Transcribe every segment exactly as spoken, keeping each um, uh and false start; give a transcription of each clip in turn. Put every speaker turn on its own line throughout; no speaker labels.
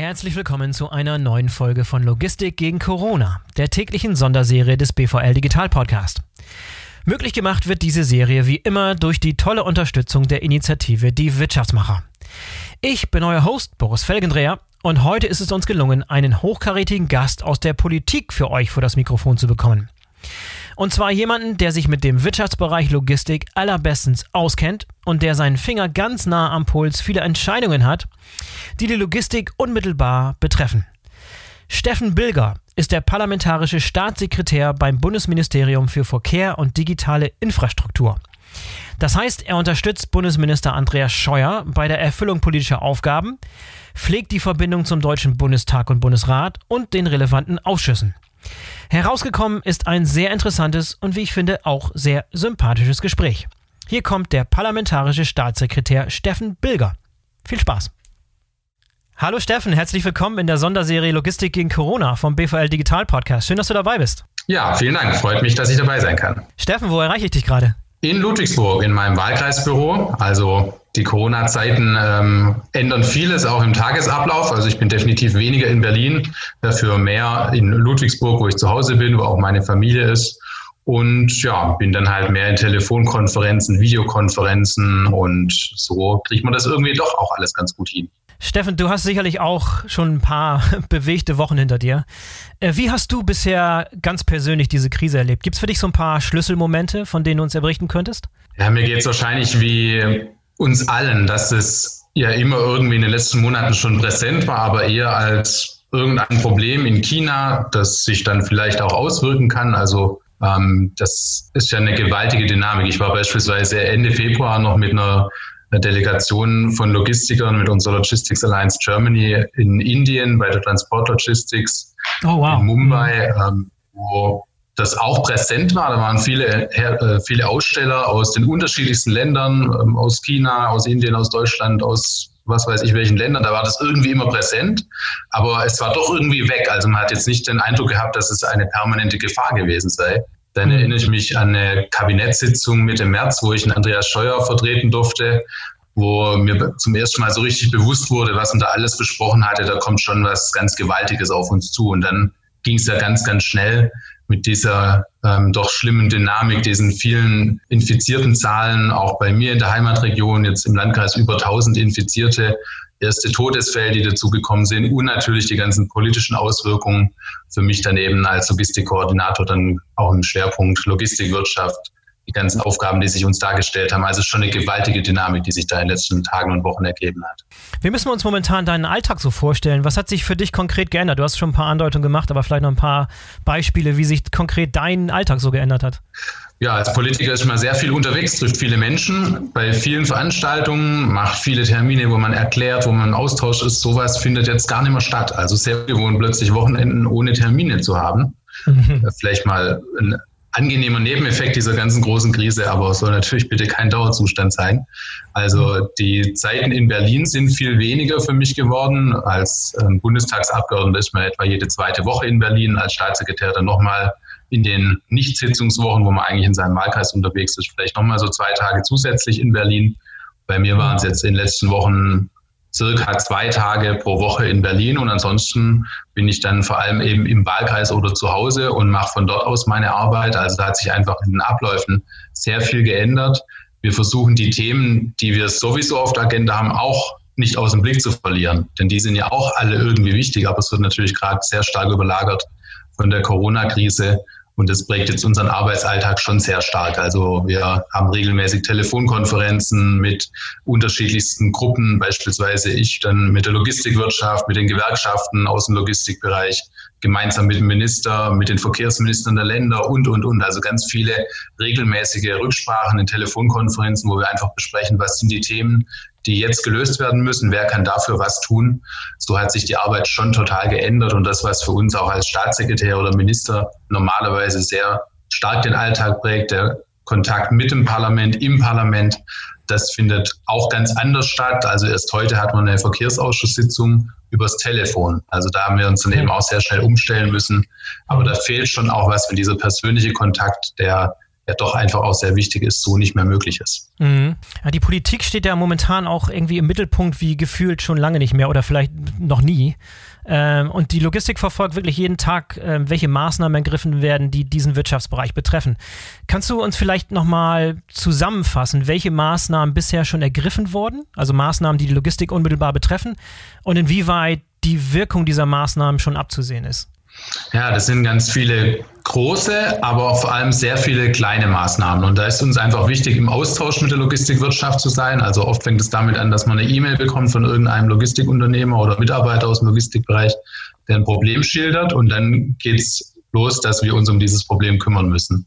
Herzlich willkommen zu einer neuen Folge von Logistik gegen Corona, der täglichen Sonderserie des B V L Digital Podcast. Möglich gemacht wird diese Serie wie immer durch die tolle Unterstützung der Initiative Die Wirtschaftsmacher. Ich bin euer Host Boris Felgendreher und heute ist es uns gelungen, einen hochkarätigen Gast aus der Politik für euch vor das Mikrofon zu bekommen. Und zwar jemanden, der sich mit dem Wirtschaftsbereich Logistik allerbestens auskennt und der seinen Finger ganz nah am Puls vieler Entscheidungen hat, die die Logistik unmittelbar betreffen. Steffen Bilger ist der parlamentarische Staatssekretär beim Bundesministerium für Verkehr und digitale Infrastruktur. Das heißt, er unterstützt Bundesminister Andreas Scheuer bei der Erfüllung politischer Aufgaben, pflegt die Verbindung zum Deutschen Bundestag und Bundesrat und den relevanten Ausschüssen. Herausgekommen ist ein sehr interessantes und wie ich finde auch sehr sympathisches Gespräch. Hier kommt der parlamentarische Staatssekretär Steffen Bilger. Viel Spaß! Hallo Steffen, herzlich willkommen in der Sonderserie Logistik gegen Corona vom B V L Digital Podcast. Schön, dass du dabei bist.
Ja, vielen Dank. Freut mich, dass ich dabei sein kann.
Steffen, wo erreiche ich dich gerade?
In Ludwigsburg, in meinem Wahlkreisbüro. Also die Corona-Zeiten ähm, ändern vieles auch im Tagesablauf. Also ich bin definitiv weniger in Berlin, dafür mehr in Ludwigsburg, wo ich zu Hause bin, wo auch meine Familie ist. Und ja, bin dann halt mehr in Telefonkonferenzen, Videokonferenzen und so kriegt man das irgendwie doch auch alles ganz gut hin.
Steffen, du hast sicherlich auch schon ein paar bewegte Wochen hinter dir. Wie hast du bisher ganz persönlich diese Krise erlebt? Gibt es für dich so ein paar Schlüsselmomente, von denen du uns berichten könntest?
Ja, mir geht es wahrscheinlich wie uns allen, dass es ja immer irgendwie in den letzten Monaten schon präsent war, aber eher als irgendein Problem in China, das sich dann vielleicht auch auswirken kann. Also ähm, das ist ja eine gewaltige Dynamik. Ich war beispielsweise Ende Februar noch mit einer eine Delegation von Logistikern mit unserer Logistics Alliance Germany in Indien bei der Transport Logistics oh, wow. in Mumbai, ähm, wo das auch präsent war. Da waren viele, äh, viele Aussteller aus den unterschiedlichsten Ländern, ähm, aus China, aus Indien, aus Deutschland, aus was weiß ich welchen Ländern. Da war das irgendwie immer präsent, aber es war doch irgendwie weg. Also man hat jetzt nicht den Eindruck gehabt, dass es eine permanente Gefahr gewesen sei. Dann erinnere ich mich an eine Kabinettssitzung Mitte März, wo ich einen Andreas Scheuer vertreten durfte, wo mir zum ersten Mal so richtig bewusst wurde, was man da alles besprochen hatte. Da kommt schon was ganz Gewaltiges auf uns zu. Und dann ging es ja ganz, ganz schnell mit dieser ähm, doch schlimmen Dynamik, diesen vielen infizierten Zahlen, auch bei mir in der Heimatregion, jetzt im Landkreis über tausend Infizierte, erste Todesfälle, die dazugekommen sind und natürlich die ganzen politischen Auswirkungen. Für mich dann eben als Logistikkoordinator dann auch im Schwerpunkt Logistikwirtschaft, die ganzen Aufgaben, die sich uns dargestellt haben. Also schon eine gewaltige Dynamik, die sich da in den letzten Tagen und Wochen ergeben hat.
Wie müssen wir uns momentan deinen Alltag so vorstellen? Was hat sich für dich konkret geändert? Du hast schon ein paar Andeutungen gemacht, aber vielleicht noch ein paar Beispiele, wie sich konkret dein Alltag so geändert hat.
Ja, als Politiker ist man sehr viel unterwegs, trifft viele Menschen bei vielen Veranstaltungen, macht viele Termine, wo man erklärt, wo man im Austausch ist. Sowas findet jetzt gar nicht mehr statt. Also sehr gewohnt, plötzlich Wochenenden ohne Termine zu haben. Mhm. Vielleicht mal ein angenehmer Nebeneffekt dieser ganzen großen Krise, aber es soll natürlich bitte kein Dauerzustand sein. Also die Zeiten in Berlin sind viel weniger für mich geworden. Als ähm, Bundestagsabgeordneter ist man etwa jede zweite Woche in Berlin, als Staatssekretär dann nochmal in den Nicht-Sitzungswochen, wo man eigentlich in seinem Wahlkreis unterwegs ist, vielleicht nochmal so zwei Tage zusätzlich in Berlin. Bei mir waren es jetzt in den letzten Wochen circa zwei Tage pro Woche in Berlin und ansonsten bin ich dann vor allem eben im Wahlkreis oder zu Hause und mache von dort aus meine Arbeit. Also da hat sich einfach in den Abläufen sehr viel geändert. Wir versuchen die Themen, die wir sowieso auf der Agenda haben, auch nicht aus dem Blick zu verlieren, denn die sind ja auch alle irgendwie wichtig, aber es wird natürlich gerade sehr stark überlagert von der Corona-Krise. Und das prägt jetzt unseren Arbeitsalltag schon sehr stark. Also wir haben regelmäßig Telefonkonferenzen mit unterschiedlichsten Gruppen, beispielsweise ich dann mit der Logistikwirtschaft, mit den Gewerkschaften aus dem Logistikbereich, gemeinsam mit dem Minister, mit den Verkehrsministern der Länder und, und, und. Also ganz viele regelmäßige Rücksprachen in Telefonkonferenzen, wo wir einfach besprechen, was sind die Themen, die jetzt gelöst werden müssen, wer kann dafür was tun. So hat sich die Arbeit schon total geändert und das, was für uns auch als Staatssekretär oder Minister normalerweise sehr stark den Alltag prägt, der Kontakt mit dem Parlament, im Parlament, das findet auch ganz anders statt. Also erst heute hat man eine Verkehrsausschusssitzung übers Telefon. Also da haben wir uns dann eben auch sehr schnell umstellen müssen. Aber da fehlt schon auch was, wenn dieser persönliche Kontakt, der ja doch einfach auch sehr wichtig ist, so nicht mehr möglich ist.
Mhm. Ja, die Politik steht ja momentan auch irgendwie im Mittelpunkt wie gefühlt schon lange nicht mehr oder vielleicht noch nie. Ähm, und die Logistik verfolgt wirklich jeden Tag, äh, welche Maßnahmen ergriffen werden, die diesen Wirtschaftsbereich betreffen. Kannst du uns vielleicht nochmal zusammenfassen, welche Maßnahmen bisher schon ergriffen wurden, also Maßnahmen, die die Logistik unmittelbar betreffen, und inwieweit die Wirkung dieser Maßnahmen schon abzusehen ist?
Ja, das sind ganz viele große, aber auch vor allem sehr viele kleine Maßnahmen. Und da ist uns einfach wichtig, im Austausch mit der Logistikwirtschaft zu sein. Also oft fängt es damit an, dass man eine E-Mail bekommt von irgendeinem Logistikunternehmer oder Mitarbeiter aus dem Logistikbereich, der ein Problem schildert. Und dann geht es los, dass wir uns um dieses Problem kümmern müssen.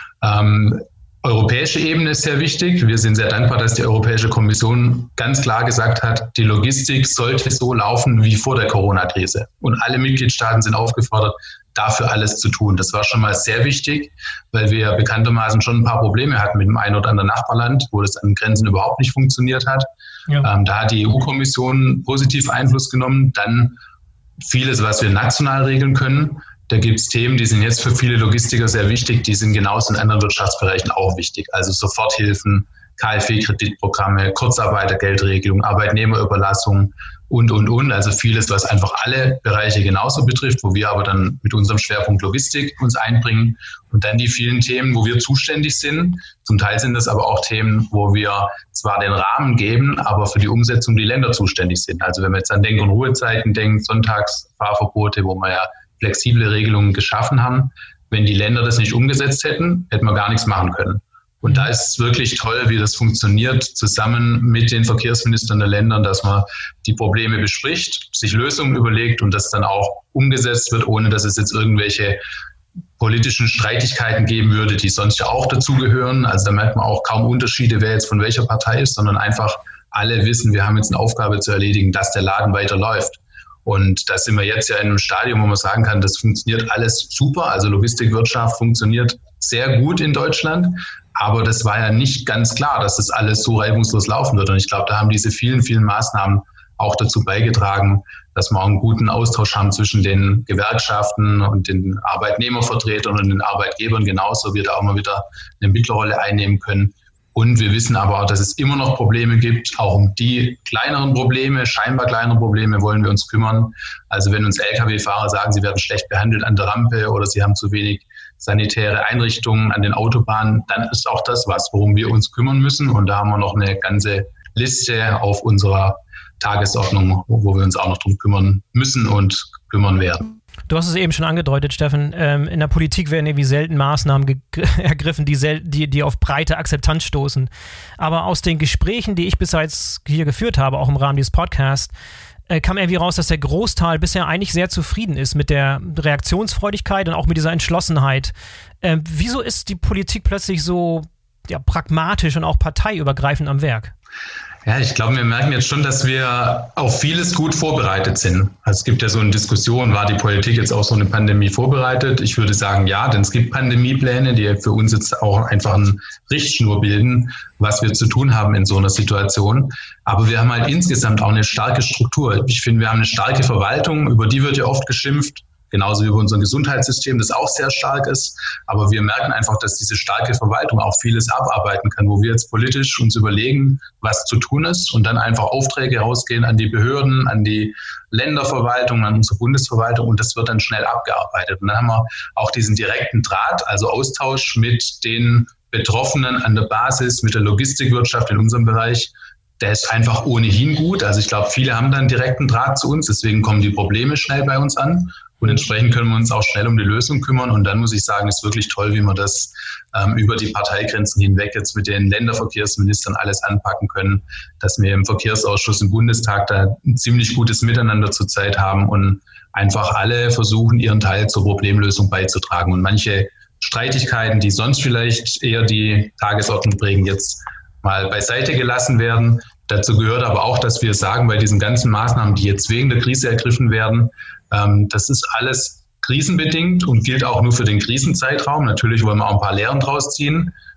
Ähm, Europäische Ebene ist sehr wichtig. Wir sind sehr dankbar, dass die Europäische Kommission ganz klar gesagt hat, die Logistik sollte so laufen wie vor der Corona-Krise. Und alle Mitgliedstaaten sind aufgefordert, dafür alles zu tun. Das war schon mal sehr wichtig, weil wir bekanntermaßen schon ein paar Probleme hatten mit dem einen oder anderen Nachbarland, wo das an Grenzen überhaupt nicht funktioniert hat. Ja. Ähm, da hat die E U-Kommission positiv Einfluss genommen. Dann vieles, was wir national regeln können. Da gibt es Themen, die sind jetzt für viele Logistiker sehr wichtig, die sind genauso in anderen Wirtschaftsbereichen auch wichtig. Also Soforthilfen, K f W-Kreditprogramme, Kurzarbeitergeldregelung, Arbeitnehmerüberlassung und, und, und. Also vieles, was einfach alle Bereiche genauso betrifft, wo wir aber dann mit unserem Schwerpunkt Logistik uns einbringen. Und dann die vielen Themen, wo wir zuständig sind. Zum Teil sind das aber auch Themen, wo wir zwar den Rahmen geben, aber für die Umsetzung die Länder zuständig sind. Also wenn man jetzt an Denk- und Ruhezeiten denkt, Sonntagsfahrverbote, wo man ja flexible Regelungen geschaffen haben. Wenn die Länder das nicht umgesetzt hätten, hätten wir gar nichts machen können. Und da ist es wirklich toll, wie das funktioniert, zusammen mit den Verkehrsministern der Länder, dass man die Probleme bespricht, sich Lösungen überlegt und das dann auch umgesetzt wird, ohne dass es jetzt irgendwelche politischen Streitigkeiten geben würde, die sonst ja auch dazugehören. Also da merkt man auch kaum Unterschiede, wer jetzt von welcher Partei ist, sondern einfach alle wissen, wir haben jetzt eine Aufgabe zu erledigen, dass der Laden weiterläuft. Und da sind wir jetzt ja in einem Stadium, wo man sagen kann, das funktioniert alles super. Also Logistikwirtschaft funktioniert sehr gut in Deutschland. Aber das war ja nicht ganz klar, dass das alles so reibungslos laufen wird. Und ich glaube, da haben diese vielen, vielen Maßnahmen auch dazu beigetragen, dass wir auch einen guten Austausch haben zwischen den Gewerkschaften und den Arbeitnehmervertretern und den Arbeitgebern genauso. Wir da auch mal wieder eine Mittlerrolle einnehmen können. Und wir wissen aber auch, dass es immer noch Probleme gibt. Auch um die kleineren Probleme, scheinbar kleinere Probleme, wollen wir uns kümmern. Also wenn uns L K W-Fahrer sagen, sie werden schlecht behandelt an der Rampe oder sie haben zu wenig sanitäre Einrichtungen an den Autobahnen, dann ist auch das was, worum wir uns kümmern müssen. Und da haben wir noch eine ganze Liste auf unserer Tagesordnung, wo wir uns auch noch drum kümmern müssen und kümmern werden.
Du hast es eben schon angedeutet, Steffen, ähm, in der Politik werden irgendwie selten Maßnahmen ge- ergriffen, die, sel- die, die auf breite Akzeptanz stoßen. Aber aus den Gesprächen, die ich bis jetzt hier geführt habe, auch im Rahmen dieses Podcasts, äh, kam irgendwie raus, dass der Großteil bisher eigentlich sehr zufrieden ist mit der Reaktionsfreudigkeit und auch mit dieser Entschlossenheit. Ähm, wieso ist die Politik plötzlich so ja, pragmatisch und auch parteiübergreifend am Werk?
Ja, ich glaube, wir merken jetzt schon, dass wir auf vieles gut vorbereitet sind. Also es gibt ja so eine Diskussion, war die Politik jetzt auf so eine Pandemie vorbereitet? Ich würde sagen, ja, denn es gibt Pandemiepläne, die für uns jetzt auch einfach eine Richtschnur bilden, was wir zu tun haben in so einer Situation. Aber wir haben halt insgesamt auch eine starke Struktur. Ich finde, wir haben eine starke Verwaltung, über die wird ja oft geschimpft. Genauso wie über unser Gesundheitssystem, das auch sehr stark ist. Aber wir merken einfach, dass diese starke Verwaltung auch vieles abarbeiten kann, wo wir jetzt politisch uns überlegen, was zu tun ist und dann einfach Aufträge rausgehen an die Behörden, an die Länderverwaltung, an unsere Bundesverwaltung und das wird dann schnell abgearbeitet. Und dann haben wir auch diesen direkten Draht, also Austausch mit den Betroffenen an der Basis, mit der Logistikwirtschaft in unserem Bereich. Der ist einfach ohnehin gut. Also ich glaube, viele haben dann direkten Draht zu uns, deswegen kommen die Probleme schnell bei uns an. Und entsprechend können wir uns auch schnell um die Lösung kümmern. Und dann muss ich sagen, ist wirklich toll, wie wir das ähm, über die Parteigrenzen hinweg jetzt mit den Länderverkehrsministern alles anpacken können, dass wir im Verkehrsausschuss im Bundestag da ein ziemlich gutes Miteinander zurzeit haben und einfach alle versuchen, ihren Teil zur Problemlösung beizutragen. Und manche Streitigkeiten, die sonst vielleicht eher die Tagesordnung prägen, jetzt mal beiseite gelassen werden. Dazu gehört aber auch, dass wir sagen, bei diesen ganzen Maßnahmen, die jetzt wegen der Krise ergriffen werden, ähm, das ist alles krisenbedingt und gilt auch nur für den Krisenzeitraum. Natürlich wollen wir auch ein paar Lehren draus ziehen,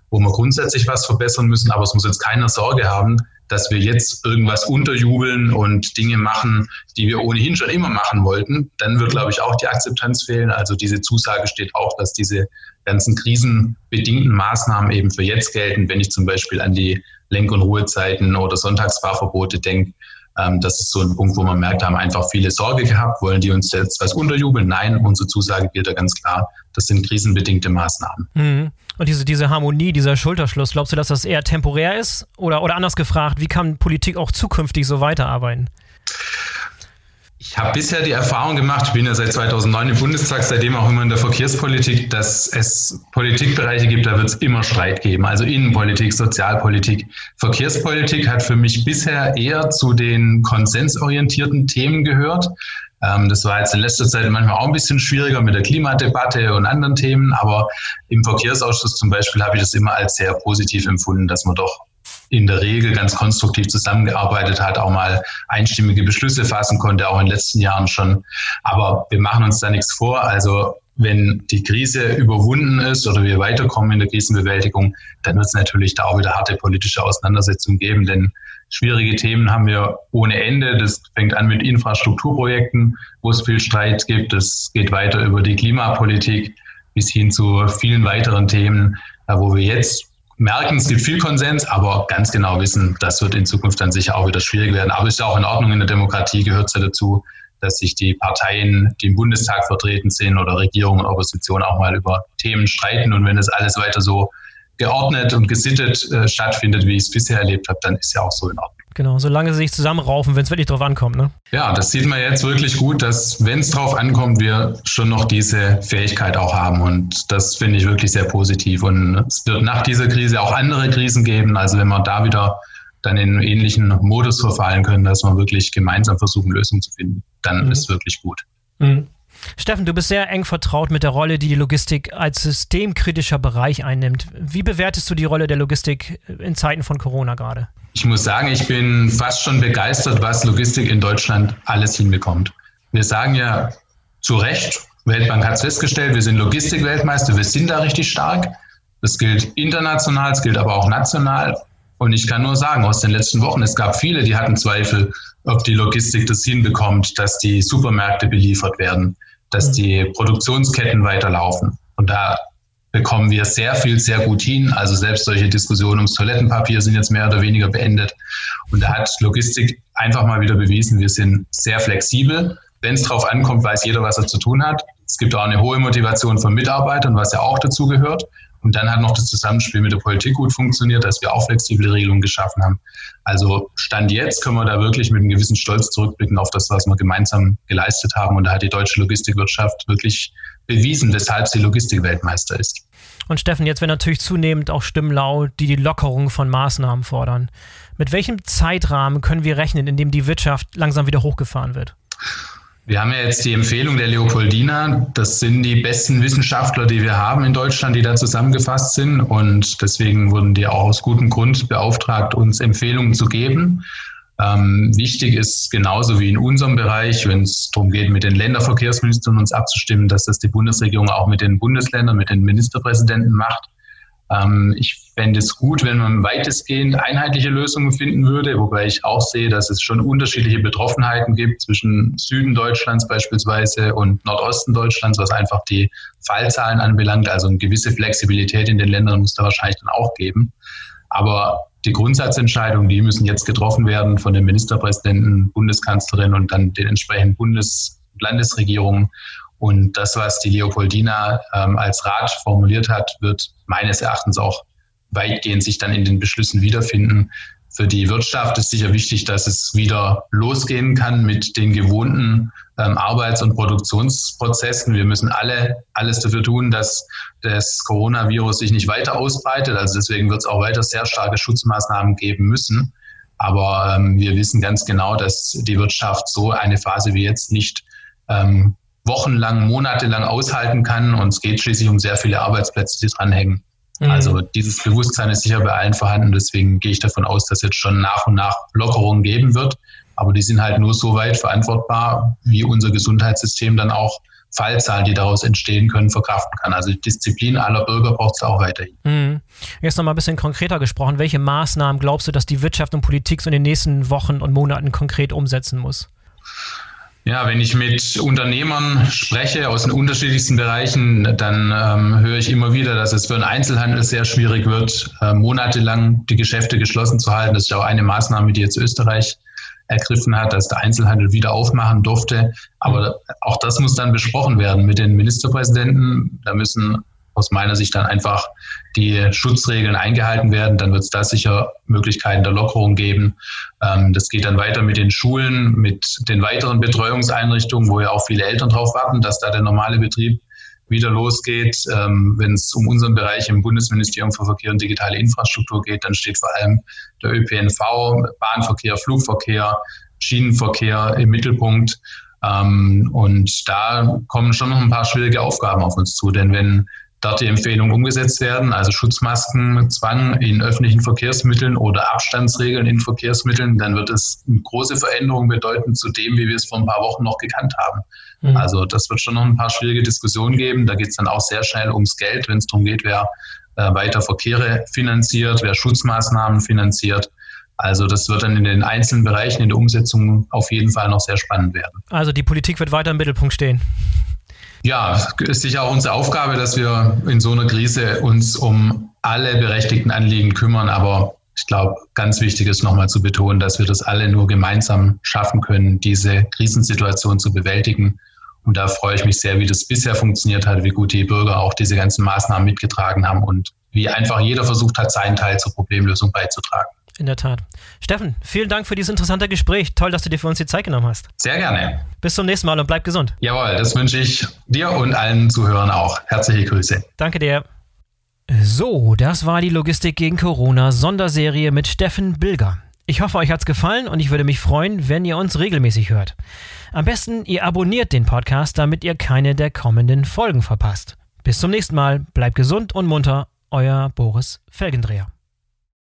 wo wir grundsätzlich was verbessern müssen. Aber es muss jetzt keiner Sorge haben, dass wir jetzt irgendwas unterjubeln und Dinge machen, die wir ohnehin schon immer machen wollten. Dann wird, glaube ich, auch die Akzeptanz fehlen. Also diese Zusage steht auch, dass diese ganzen krisenbedingten Maßnahmen eben für jetzt gelten. Wenn ich zum Beispiel an die Lenk- und Ruhezeiten oder Sonntagsfahrverbote denke, ähm, das ist so ein Punkt, wo man merkt, haben einfach viele Sorge gehabt. Wollen die uns jetzt was unterjubeln? Nein, unsere Zusage gilt da ganz klar. Das sind krisenbedingte Maßnahmen.
Mhm. Und diese, diese Harmonie, dieser Schulterschluss, glaubst du, dass das eher temporär ist? Oder, oder anders gefragt, wie kann Politik auch zukünftig so weiterarbeiten?
Ich habe bisher die Erfahrung gemacht, ich bin ja seit zweitausendneun im Bundestag, seitdem auch immer in der Verkehrspolitik, dass es Politikbereiche gibt, da wird es immer Streit geben. Also Innenpolitik, Sozialpolitik. Verkehrspolitik hat für mich bisher eher zu den konsensorientierten Themen gehört. Das war jetzt in letzter Zeit manchmal auch ein bisschen schwieriger mit der Klimadebatte und anderen Themen, aber im Verkehrsausschuss zum Beispiel habe ich das immer als sehr positiv empfunden, dass man doch in der Regel ganz konstruktiv zusammengearbeitet hat, auch mal einstimmige Beschlüsse fassen konnte, auch in den letzten Jahren schon. Aber wir machen uns da nichts vor. Also wenn die Krise überwunden ist oder wir weiterkommen in der Krisenbewältigung, dann wird es natürlich da auch wieder harte politische Auseinandersetzungen geben, denn schwierige Themen haben wir ohne Ende. Das fängt an mit Infrastrukturprojekten, wo es viel Streit gibt. Es geht weiter über die Klimapolitik bis hin zu vielen weiteren Themen, wo wir jetzt merken, es gibt viel Konsens, aber ganz genau wissen, das wird in Zukunft dann sicher auch wieder schwierig werden. Aber es ist ja auch in Ordnung, in der Demokratie gehört es ja dazu, dass sich die Parteien, die im Bundestag vertreten sind oder Regierung und Opposition auch mal über Themen streiten. Und wenn das alles weiter so geordnet und gesittet äh, stattfindet, wie ich es bisher erlebt habe, dann ist ja auch so in Ordnung.
Genau, solange sie sich zusammenraufen, wenn es wirklich drauf ankommt, ne?
Ja, das sieht man jetzt wirklich gut, dass, wenn es drauf ankommt, wir schon noch diese Fähigkeit auch haben. Und das finde ich wirklich sehr positiv. Und es wird nach dieser Krise auch andere Krisen geben. Also wenn wir da wieder dann in einen ähnlichen Modus verfallen können, dass wir wirklich gemeinsam versuchen, Lösungen zu finden, dann mhm. ist es wirklich gut.
Mhm. Steffen, du bist sehr eng vertraut mit der Rolle, die die Logistik als systemkritischer Bereich einnimmt. Wie bewertest du die Rolle der Logistik in Zeiten von Corona gerade?
Ich muss sagen, ich bin fast schon begeistert, was Logistik in Deutschland alles hinbekommt. Wir sagen ja zu Recht, Weltbank hat es festgestellt, wir sind Logistik-Weltmeister, wir sind da richtig stark. Das gilt international, es gilt aber auch national. Und ich kann nur sagen, aus den letzten Wochen, es gab viele, die hatten Zweifel, ob die Logistik das hinbekommt, dass die Supermärkte beliefert werden, dass die Produktionsketten weiterlaufen. Und da bekommen wir sehr viel, sehr gut hin. Also selbst solche Diskussionen ums Toilettenpapier sind jetzt mehr oder weniger beendet. Und da hat Logistik einfach mal wieder bewiesen, wir sind sehr flexibel. Wenn es drauf ankommt, weiß jeder, was er zu tun hat. Es gibt auch eine hohe Motivation von Mitarbeitern, was ja auch dazu gehört. Und dann hat noch das Zusammenspiel mit der Politik gut funktioniert, dass wir auch flexible Regelungen geschaffen haben. Also Stand jetzt können wir da wirklich mit einem gewissen Stolz zurückblicken auf das, was wir gemeinsam geleistet haben. Und da hat die deutsche Logistikwirtschaft wirklich bewiesen, weshalb sie Logistikweltmeister ist.
Und Steffen, jetzt werden natürlich zunehmend auch Stimmen laut, die die Lockerung von Maßnahmen fordern. Mit welchem Zeitrahmen können wir rechnen, in dem die Wirtschaft langsam wieder hochgefahren wird?
Wir haben ja jetzt die Empfehlung der Leopoldina. Das sind die besten Wissenschaftler, die wir haben in Deutschland, die da zusammengefasst sind. Und deswegen wurden die auch aus gutem Grund beauftragt, uns Empfehlungen zu geben. Ähm, wichtig ist genauso wie in unserem Bereich, wenn es darum geht, mit den Länderverkehrsministern uns abzustimmen, dass das die Bundesregierung auch mit den Bundesländern, mit den Ministerpräsidenten macht. Ähm, ich fände es gut, wenn man weitestgehend einheitliche Lösungen finden würde, wobei ich auch sehe, dass es schon unterschiedliche Betroffenheiten gibt zwischen Süden Deutschlands beispielsweise und Nordosten Deutschlands, was einfach die Fallzahlen anbelangt. Also eine gewisse Flexibilität in den Ländern muss da wahrscheinlich dann auch geben. Aber die Grundsatzentscheidungen, die müssen jetzt getroffen werden von den Ministerpräsidenten, Bundeskanzlerin und dann den entsprechenden Bundes- und Landesregierungen. Und das, was die Leopoldina ähm, als Rat formuliert hat, wird meines Erachtens auch weitgehend sich dann in den Beschlüssen wiederfinden. Für die Wirtschaft ist sicher wichtig, dass es wieder losgehen kann mit den gewohnten ähm, Arbeits- und Produktionsprozessen. Wir müssen alle alles dafür tun, dass das Coronavirus sich nicht weiter ausbreitet. Also deswegen wird es auch weiter sehr starke Schutzmaßnahmen geben müssen. Aber ähm, wir wissen ganz genau, dass die Wirtschaft so eine Phase wie jetzt nicht ähm, wochenlang, monatelang aushalten kann. Und es geht schließlich um sehr viele Arbeitsplätze, die dranhängen. Mhm. Also dieses Bewusstsein ist sicher bei allen vorhanden. Deswegen gehe ich davon aus, dass jetzt schon nach und nach Lockerungen geben wird. Aber die sind halt nur so weit verantwortbar, wie unser Gesundheitssystem dann auch Fallzahlen, die daraus entstehen können, verkraften kann. Also die Disziplin aller Bürger braucht es auch weiterhin.
Mhm. Jetzt noch mal ein bisschen konkreter gesprochen. Welche Maßnahmen glaubst du, dass die Wirtschaft und Politik so in den nächsten Wochen und Monaten konkret umsetzen muss?
Ja, wenn ich mit Unternehmern spreche aus den unterschiedlichsten Bereichen, dann ähm, höre ich immer wieder, dass es für den Einzelhandel sehr schwierig wird, äh, monatelang die Geschäfte geschlossen zu halten. Das ist ja auch eine Maßnahme, die jetzt Österreich ergriffen hat, dass der Einzelhandel wieder aufmachen durfte. Aber auch das muss dann besprochen werden mit den Ministerpräsidenten. Da müssen aus meiner Sicht dann einfach die Schutzregeln eingehalten werden. Dann wird es da sicher Möglichkeiten der Lockerung geben. Ähm, das geht dann weiter mit den Schulen, mit den weiteren Betreuungseinrichtungen, wo ja auch viele Eltern drauf warten, dass da der normale Betrieb wieder losgeht. Ähm, wenn es um unseren Bereich im Bundesministerium für Verkehr und digitale Infrastruktur geht, dann steht vor allem der Ö P N V, Bahnverkehr, Flugverkehr, Schienenverkehr im Mittelpunkt. Ähm, und da kommen schon noch ein paar schwierige Aufgaben auf uns zu. Denn wenn dort die Empfehlungen umgesetzt werden, also Schutzmaskenzwang in öffentlichen Verkehrsmitteln oder Abstandsregeln in Verkehrsmitteln, dann wird es eine große Veränderung bedeuten zu dem, wie wir es vor ein paar Wochen noch gekannt haben. Mhm. Also das wird schon noch ein paar schwierige Diskussionen geben. Da geht es dann auch sehr schnell ums Geld, wenn es darum geht, wer äh, weiter Verkehre finanziert, wer Schutzmaßnahmen finanziert. Also das wird dann in den einzelnen Bereichen in der Umsetzung auf jeden Fall noch sehr spannend werden.
Also die Politik wird weiter im Mittelpunkt stehen.
Ja, ist sicher auch unsere Aufgabe, dass wir in so einer Krise uns um alle berechtigten Anliegen kümmern. Aber ich glaube, ganz wichtig ist nochmal zu betonen, dass wir das alle nur gemeinsam schaffen können, diese Krisensituation zu bewältigen. Und da freue ich mich sehr, wie das bisher funktioniert hat, wie gut die Bürger auch diese ganzen Maßnahmen mitgetragen haben und wie einfach jeder versucht hat, seinen Teil zur Problemlösung beizutragen.
In der Tat. Steffen, vielen Dank für dieses interessante Gespräch. Toll, dass du dir für uns die Zeit genommen hast.
Sehr gerne.
Bis zum nächsten Mal und bleib gesund.
Jawohl, das wünsche ich dir und allen Zuhörern auch. Herzliche Grüße.
Danke dir. So, das war die Logistik gegen Corona Sonderserie mit Steffen Bilger. Ich hoffe, euch hat's gefallen und ich würde mich freuen, wenn ihr uns regelmäßig hört. Am besten, ihr abonniert den Podcast, damit ihr keine der kommenden Folgen verpasst. Bis zum nächsten Mal. Bleibt gesund und munter. Euer Boris Felgendreher.